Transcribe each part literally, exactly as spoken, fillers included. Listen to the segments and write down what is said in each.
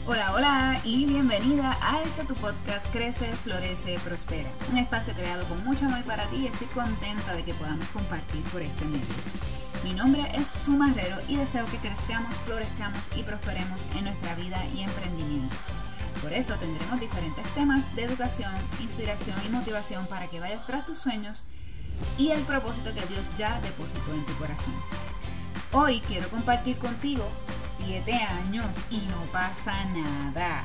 Hola, hola y bienvenida a este tu podcast Crece, Florece, Prospera. Un espacio creado con mucho amor para ti y estoy contenta de que podamos compartir por este medio. Mi nombre es Su Marrero y deseo que crezcamos, florezcamos y prosperemos en nuestra vida y emprendimiento. Por eso tendremos diferentes temas de educación, inspiración y motivación para que vayas tras tus sueños y el propósito que Dios ya depositó en tu corazón. Hoy quiero compartir contigo siete años y no pasa nada.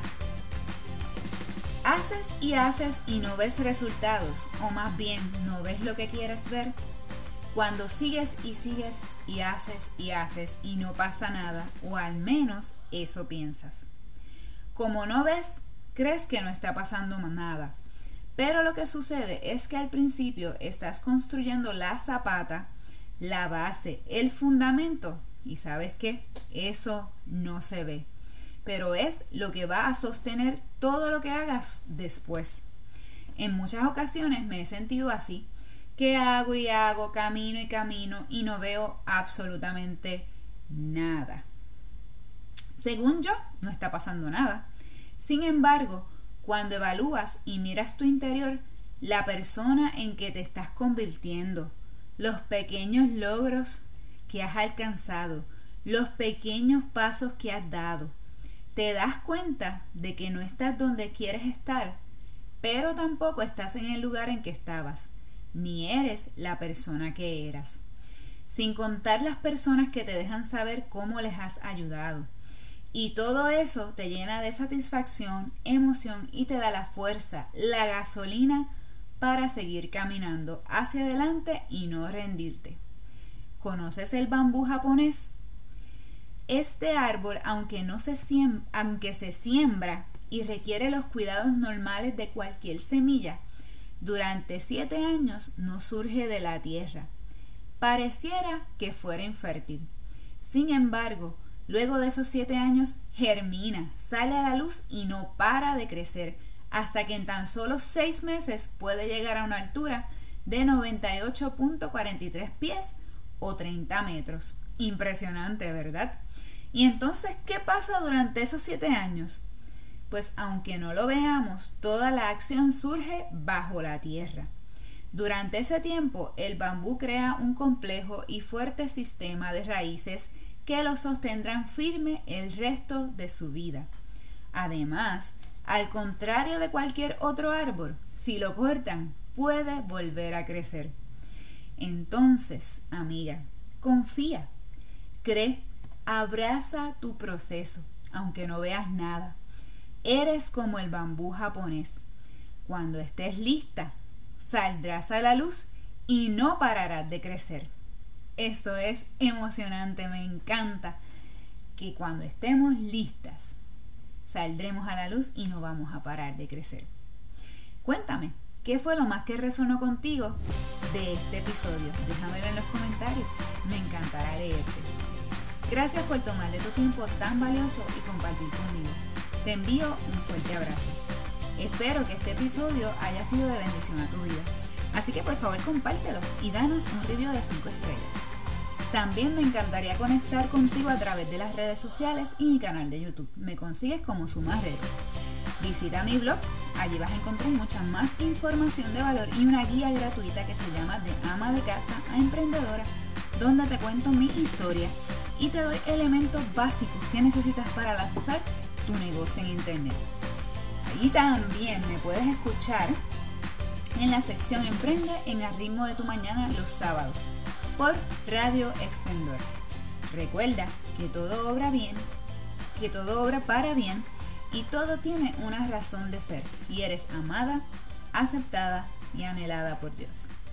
Haces y haces y no ves resultados, o más bien no ves lo que quieres ver. Cuando sigues y sigues y haces y haces y no pasa nada, o al menos eso piensas. Como no ves, crees que no está pasando nada. Pero lo que sucede es que al principio estás construyendo la zapata, la base, el fundamento. Y ¿sabes qué? Eso no se ve. Pero es lo que va a sostener todo lo que hagas después. En muchas ocasiones me he sentido así, que hago y hago, camino y camino y no veo absolutamente nada. Según yo, no está pasando nada. Sin embargo, cuando evalúas y miras tu interior, la persona en que te estás convirtiendo, los pequeños logros que has alcanzado, los pequeños pasos que has dado, te das cuenta de que no estás donde quieres estar, pero tampoco estás en el lugar en que estabas, ni eres la persona que eras. Sin contar las personas que te dejan saber cómo les has ayudado. Y todo eso te llena de satisfacción, emoción y te da la fuerza, la gasolina para seguir caminando hacia adelante y no rendirte. ¿Conoces el bambú japonés? Este árbol, aunque, no se siem- aunque se siembra y requiere los cuidados normales de cualquier semilla, durante siete años no surge de la tierra. Pareciera que fuera infértil. Sin embargo, luego de esos siete años germina, sale a la luz y no para de crecer, hasta que en tan solo seis meses puede llegar a una altura de noventa y ocho punto cuarenta y tres pies o treinta metros. Impresionante, ¿verdad? Y entonces, ¿qué pasa durante esos siete años? Pues aunque no lo veamos, toda la acción surge bajo la tierra. Durante ese tiempo, el bambú crea un complejo y fuerte sistema de raíces que lo sostendrán firme el resto de su vida. Además, al contrario de cualquier otro árbol, si lo cortan, puede volver a crecer. Entonces, amiga, confía, cree, abraza tu proceso, aunque no veas nada. Eres como el bambú japonés. Cuando estés lista, saldrás a la luz y no pararás de crecer. Esto es emocionante, me encanta que cuando estemos listas, saldremos a la luz y no vamos a parar de crecer. Cuéntame, ¿qué fue lo más que resonó contigo de este episodio? Déjamelo en los comentarios, me encantará leerte. Gracias por tomarle tu tiempo tan valioso y compartir conmigo. Te envío un fuerte abrazo. Espero que este episodio haya sido de bendición a tu vida. Así que por favor compártelo y danos un review de cinco estrellas. También me encantaría conectar contigo a través de las redes sociales y mi canal de YouTube. Me consigues como Su Marrero. Visita mi blog, allí vas a encontrar mucha más información de valor y una guía gratuita que se llama De ama de casa a emprendedora, donde te cuento mi historia y te doy elementos básicos que necesitas para lanzar tu negocio en internet. Allí también me puedes escuchar en la sección Emprende en Al Ritmo de tu Mañana los sábados por Radio Esplendor. Recuerda que todo obra bien, que todo obra para bien y todo tiene una razón de ser y eres amada, aceptada y anhelada por Dios.